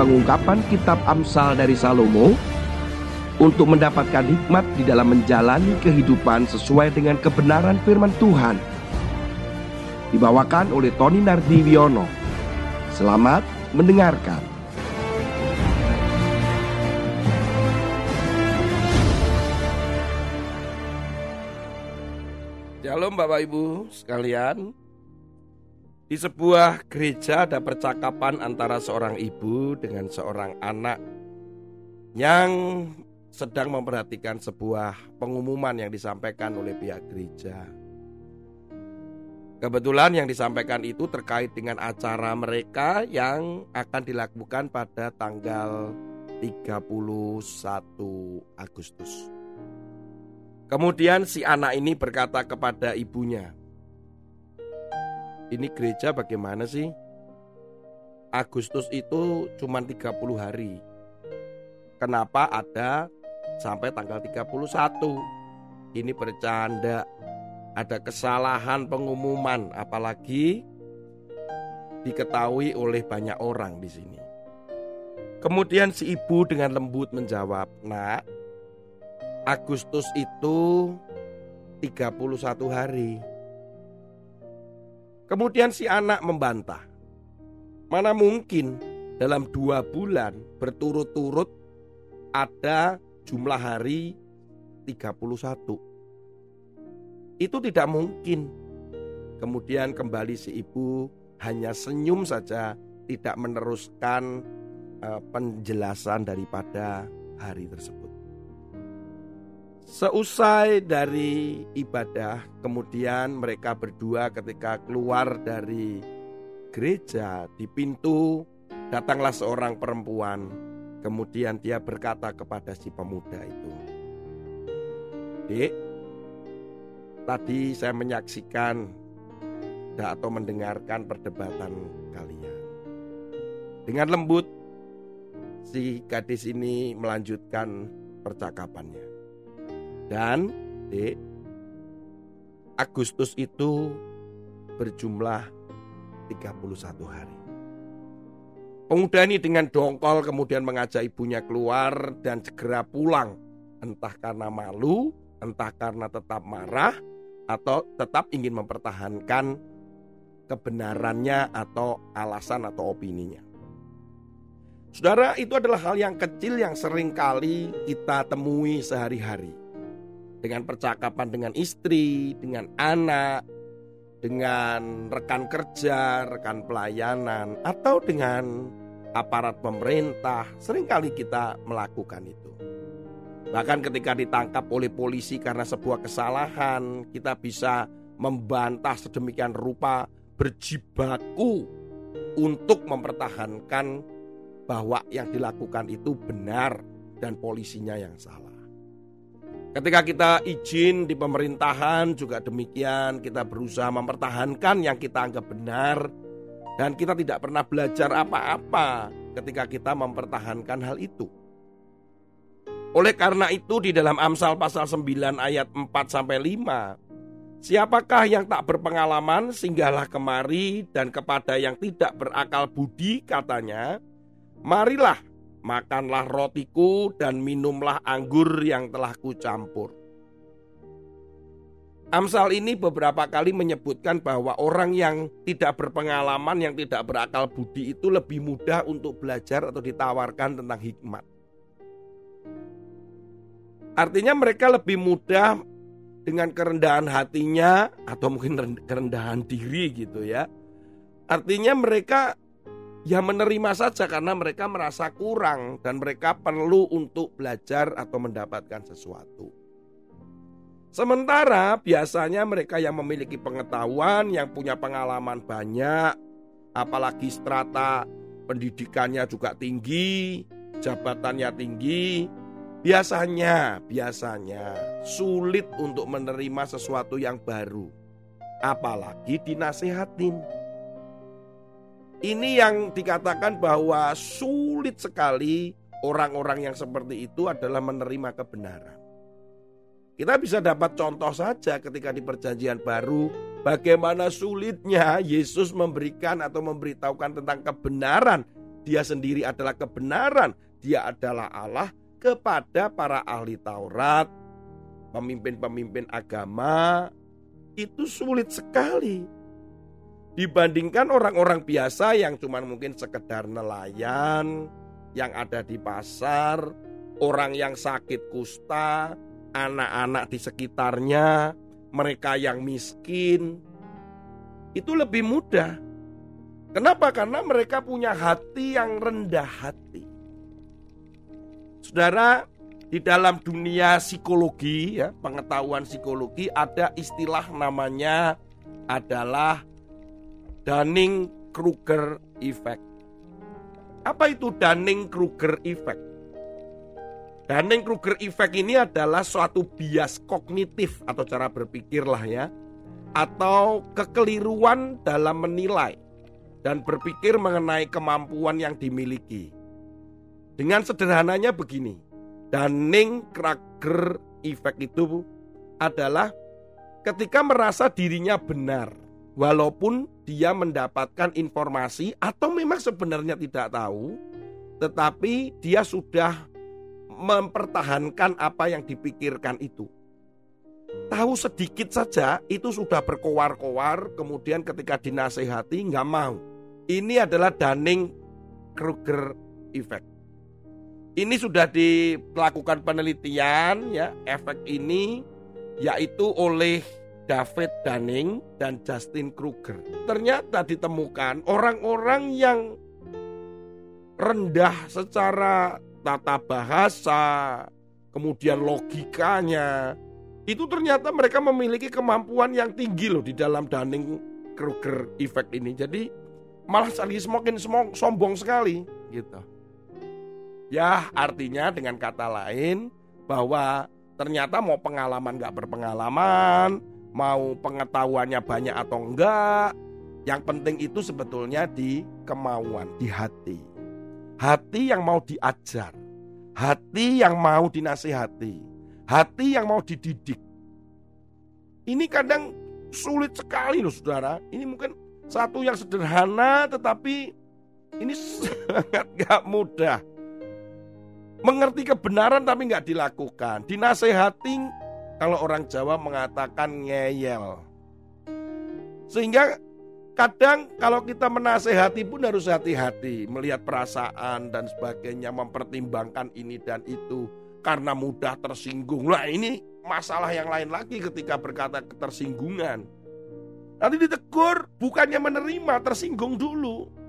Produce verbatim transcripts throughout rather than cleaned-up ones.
pengungkapan kitab Amsal dari Salomo untuk mendapatkan hikmat di dalam menjalani kehidupan sesuai dengan kebenaran firman Tuhan. Dibawakan oleh Tony Nardiwiono. Selamat mendengarkan. Shalom Bapak Ibu sekalian. Di sebuah gereja ada percakapan antara seorang ibu dengan seorang anak yang sedang memperhatikan sebuah pengumuman yang disampaikan oleh pihak gereja. Kebetulan yang disampaikan itu terkait dengan acara mereka yang akan dilakukan pada tanggal tiga puluh satu Agustus. Kemudian si anak ini berkata kepada ibunya, "Ini gereja bagaimana sih? Agustus itu cuma tiga puluh hari. Kenapa ada sampai tanggal tiga puluh satu? Ini bercanda. Ada kesalahan pengumuman, apalagi diketahui oleh banyak orang di sini." Kemudian si ibu dengan lembut menjawab, "Nak, Agustus itu tiga puluh satu hari." Kemudian si anak membantah, "Mana mungkin dalam dua bulan berturut-turut ada jumlah hari tiga puluh satu. Itu tidak mungkin." Kemudian kembali si ibu hanya senyum saja, tidak meneruskan uh, penjelasan daripada hari tersebut. Seusai dari ibadah, kemudian mereka berdua ketika keluar dari gereja, di pintu datanglah seorang perempuan. Kemudian dia berkata kepada si pemuda itu, "Dek, tadi saya menyaksikan atau mendengarkan perdebatan kalian." Dengan lembut, si gadis ini melanjutkan percakapannya. "Dan, Dek, Agustus itu berjumlah tiga puluh satu hari." Pemuda ini dengan dongkol kemudian mengajak ibunya keluar dan segera pulang. Entah karena malu, entah karena tetap marah, atau tetap ingin mempertahankan kebenarannya atau alasan atau opininya. Saudara, itu adalah hal yang kecil yang sering kali kita temui sehari-hari. Dengan percakapan dengan istri, dengan anak, dengan rekan kerja, rekan pelayanan, atau dengan aparat pemerintah, seringkali kita melakukan itu. Bahkan ketika ditangkap oleh polisi karena sebuah kesalahan, kita bisa membantah sedemikian rupa, berjibaku untuk mempertahankan bahwa yang dilakukan itu benar dan polisinya yang salah. Ketika kita izin di pemerintahan juga demikian, kita berusaha mempertahankan yang kita anggap benar, dan kita tidak pernah belajar apa-apa ketika kita mempertahankan hal itu. Oleh karena itu di dalam Amsal pasal sembilan ayat empat sampai lima, "Siapakah yang tak berpengalaman, singgahlah kemari, dan kepada yang tidak berakal budi katanya, marilah, makanlah rotiku dan minumlah anggur yang telah kucampur." Amsal ini beberapa kali menyebutkan bahwa orang yang tidak berpengalaman, yang tidak berakal budi itu lebih mudah untuk belajar atau ditawarkan tentang hikmat. Artinya mereka lebih mudah dengan kerendahan hatinya atau mungkin kerendahan diri gitu ya. Artinya mereka ya menerima saja karena mereka merasa kurang dan mereka perlu untuk belajar atau mendapatkan sesuatu. Sementara biasanya mereka yang memiliki pengetahuan, yang punya pengalaman banyak, apalagi strata pendidikannya juga tinggi, jabatannya tinggi, biasanya biasanya sulit untuk menerima sesuatu yang baru, apalagi dinasehatin. Ini yang dikatakan bahwa sulit sekali orang-orang yang seperti itu adalah menerima kebenaran. Kita bisa dapat contoh saja ketika di Perjanjian Baru, bagaimana sulitnya Yesus memberikan atau memberitahukan tentang kebenaran dia sendiri adalah kebenaran, dia adalah Allah, kepada para ahli Taurat, pemimpin-pemimpin agama, itu sulit sekali. Dibandingkan orang-orang biasa yang cuma mungkin sekedar nelayan, yang ada di pasar, orang yang sakit kusta, anak-anak di sekitarnya, mereka yang miskin, itu lebih mudah. Kenapa? Karena mereka punya hati yang rendah hati. Saudara, di dalam dunia psikologi, ya, pengetahuan psikologi, ada istilah namanya adalah Dunning-Kruger Effect. Apa itu Dunning-Kruger Effect? Dunning-Kruger Effect ini adalah suatu bias kognitif atau cara berpikir lah ya, atau kekeliruan dalam menilai dan berpikir mengenai kemampuan yang dimiliki. Dengan sederhananya begini, Dunning-Kruger Effect itu adalah ketika merasa dirinya benar, walaupun dia mendapatkan informasi atau memang sebenarnya tidak tahu, tetapi dia sudah mempertahankan apa yang dipikirkan itu. Tahu sedikit saja itu sudah berkoar-koar, kemudian ketika dinasehati nggak mau. Ini adalah Dunning-Kruger Effect. Ini sudah dilakukan penelitian ya, efek ini yaitu oleh David Dunning dan Justin Kruger. Ternyata ditemukan orang-orang yang rendah secara tata bahasa, kemudian logikanya, itu ternyata mereka memiliki kemampuan yang tinggi loh di dalam Dunning-Kruger Effect ini. Jadi malah semakin sombong sekali gitu. Ya, artinya dengan kata lain bahwa ternyata mau pengalaman gak berpengalaman, mau pengetahuannya banyak atau enggak, yang penting itu sebetulnya di kemauan, di hati. Hati yang mau diajar, hati yang mau dinasihati, hati yang mau dididik. Ini kadang sulit sekali loh saudara. Ini mungkin satu yang sederhana tetapi ini sangat gak mudah. Mengerti kebenaran tapi gak dilakukan. Dinasehati, kalau orang Jawa mengatakan ngeyel. Sehingga kadang kalau kita menasehati pun harus hati-hati, melihat perasaan dan sebagainya, mempertimbangkan ini dan itu, karena mudah tersinggung. Nah ini masalah yang lain lagi ketika berkata ketersinggungan. Nanti ditegur, bukannya menerima, tersinggung dulu.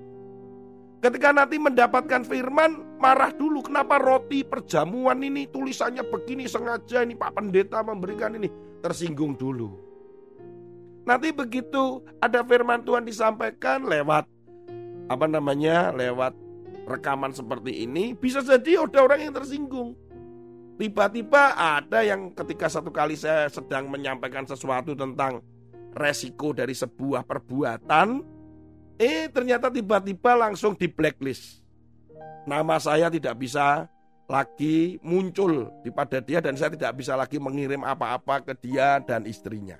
Ketika nanti mendapatkan firman, marah dulu. Kenapa roti perjamuan ini tulisannya begini, sengaja ini Pak Pendeta memberikan ini. Tersinggung dulu. Nanti begitu ada firman Tuhan disampaikan lewat apa namanya, lewat rekaman seperti ini, bisa jadi ada orang yang tersinggung. Tiba-tiba ada yang ketika satu kali saya sedang menyampaikan sesuatu tentang resiko dari sebuah perbuatan, eh ternyata tiba-tiba langsung di blacklist. Nama saya tidak bisa lagi muncul pada dia dan saya tidak bisa lagi mengirim apa-apa ke dia dan istrinya.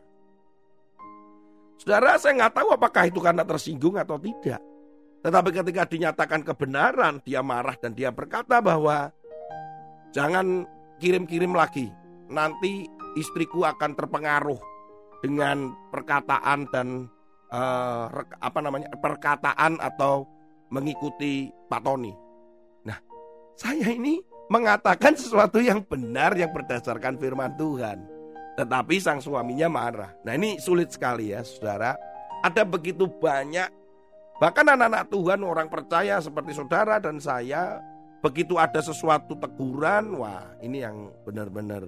Saudara, saya nggak tahu apakah itu karena tersinggung atau tidak. Tetapi ketika dinyatakan kebenaran, dia marah dan dia berkata bahwa jangan kirim-kirim lagi. Nanti istriku akan terpengaruh dengan perkataan dan uh, apa namanya perkataan atau mengikuti Pak Tony. Nah, saya ini mengatakan sesuatu yang benar yang berdasarkan firman Tuhan. Tetapi sang suaminya marah. Nah ini sulit sekali ya saudara. Ada begitu banyak, bahkan anak-anak Tuhan, orang percaya seperti saudara dan saya, begitu ada sesuatu teguran, wah ini yang benar-benar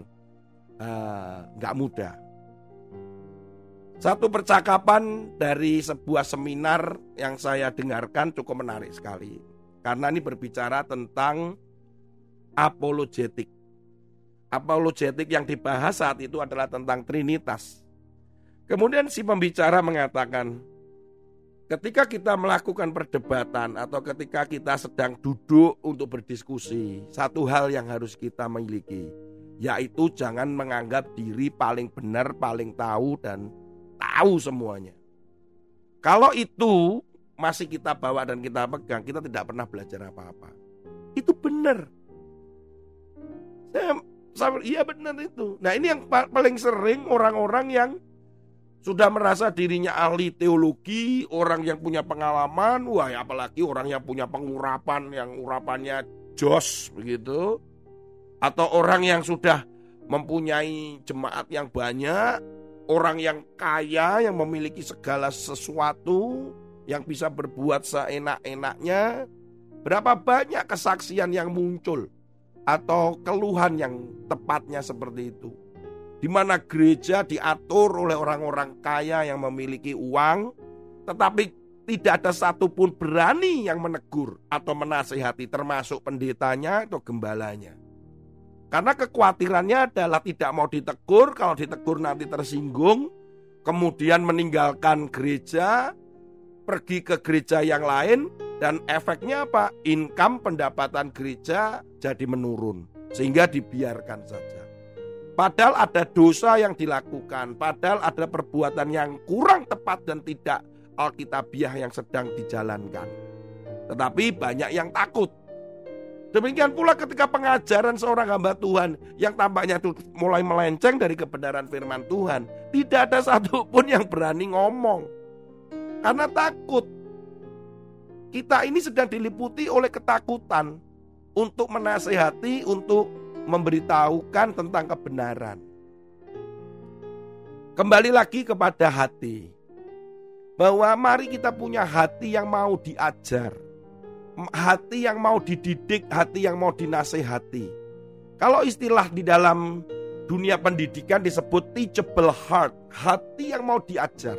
uh, gak mudah. Satu percakapan dari sebuah seminar yang saya dengarkan cukup menarik sekali. Karena ini berbicara tentang apologetik. Apologetik yang dibahas saat itu adalah tentang Trinitas. Kemudian si pembicara mengatakan, ketika kita melakukan perdebatan atau ketika kita sedang duduk untuk berdiskusi, satu hal yang harus kita miliki, yaitu jangan menganggap diri paling benar, paling tahu dan tahu semuanya. Kalau itu masih kita bawa dan kita pegang, kita tidak pernah belajar apa-apa. Itu benar. Saya, saya iya benar itu. Nah, ini yang paling sering orang-orang yang sudah merasa dirinya ahli teologi, orang yang punya pengalaman, wah ya apalagi orang yang punya pengurapan, yang urapannya jos begitu, atau orang yang sudah mempunyai jemaat yang banyak, orang yang kaya, yang memiliki segala sesuatu, yang bisa berbuat seenak-enaknya. Berapa banyak kesaksian yang muncul atau keluhan yang tepatnya seperti itu, di mana gereja diatur oleh orang-orang kaya yang memiliki uang, tetapi tidak ada satupun berani yang menegur atau menasihati, termasuk pendetanya atau gembalanya. Karena kekhawatirannya adalah tidak mau ditegur, kalau ditegur nanti tersinggung, kemudian meninggalkan gereja, pergi ke gereja yang lain, dan efeknya apa? Income pendapatan gereja jadi menurun, sehingga dibiarkan saja. Padahal ada dosa yang dilakukan, padahal ada perbuatan yang kurang tepat dan tidak alkitabiah yang sedang dijalankan. Tetapi banyak yang takut. Demikian pula ketika pengajaran seorang hamba Tuhan yang tampaknya itu mulai melenceng dari kebenaran firman Tuhan, tidak ada satupun yang berani ngomong. Karena takut. Kita ini sedang diliputi oleh ketakutan untuk menasihati, untuk memberitahukan tentang kebenaran. Kembali lagi kepada hati, bahwa mari kita punya hati yang mau diajar, hati yang mau dididik, hati yang mau dinasehati. Kalau istilah di dalam dunia pendidikan disebut teachable heart, hati yang mau diajar.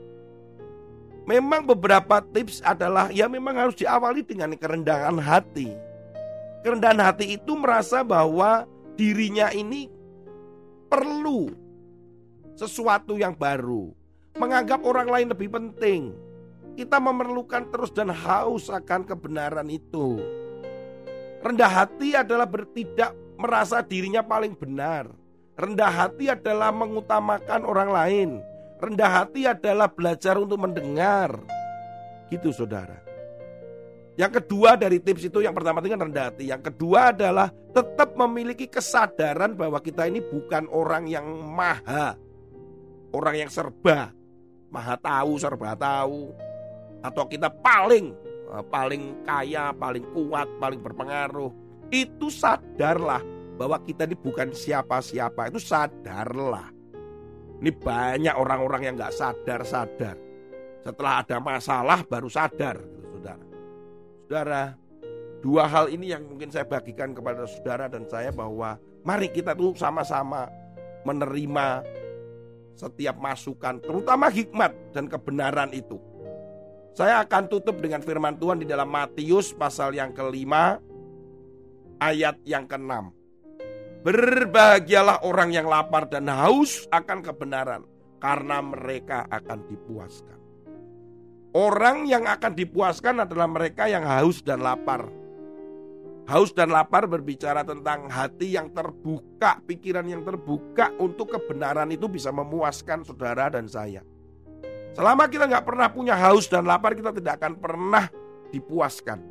Memang beberapa tips adalah ya memang harus diawali dengan kerendahan hati. Kerendahan hati itu merasa bahwa dirinya ini perlu sesuatu yang baru, menganggap orang lain lebih penting. Kita memerlukan terus dan haus akan kebenaran itu. Rendah hati adalah bertidak merasa dirinya paling benar. Rendah hati adalah mengutamakan orang lain. Rendah hati adalah belajar untuk mendengar. Gitu saudara. Yang kedua dari tips itu, yang pertama itu kan rendah hati. Yang kedua adalah tetap memiliki kesadaran bahwa kita ini bukan orang yang maha, orang yang serba, maha tahu, serba tahu. Atau kita paling, paling kaya, paling kuat, paling berpengaruh. Itu sadarlah bahwa kita ini bukan siapa-siapa. Itu sadarlah. Ini banyak orang-orang yang gak sadar-sadar. Setelah ada masalah baru sadar, saudara. Saudara, dua hal ini yang mungkin saya bagikan kepada saudara dan saya, bahwa mari kita tuh sama-sama menerima setiap masukan, terutama hikmat dan kebenaran itu. Saya akan tutup dengan firman Tuhan di dalam Matius pasal yang kelima, ayat yang keenam. Berbahagialah orang yang lapar dan haus akan kebenaran, karena mereka akan dipuaskan. Orang yang akan dipuaskan adalah mereka yang haus dan lapar. Haus dan lapar berbicara tentang hati yang terbuka, pikiran yang terbuka untuk kebenaran itu bisa memuaskan saudara dan saya. Selama kita gak pernah punya haus dan lapar, kita tidak akan pernah dipuaskan.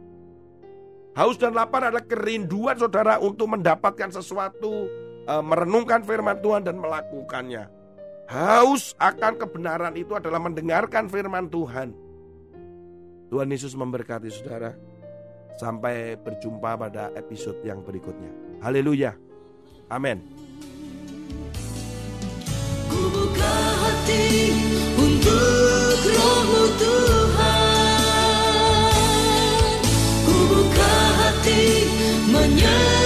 Haus dan lapar adalah kerinduan saudara untuk mendapatkan sesuatu, e, merenungkan firman Tuhan dan melakukannya. Haus akan kebenaran itu adalah mendengarkan firman Tuhan. Tuhan Yesus memberkati saudara. Sampai berjumpa pada episode yang berikutnya. Haleluya. Amin. Ku buka hati untuk Roh-Mu Tuhan. Ku buka hati menyerah.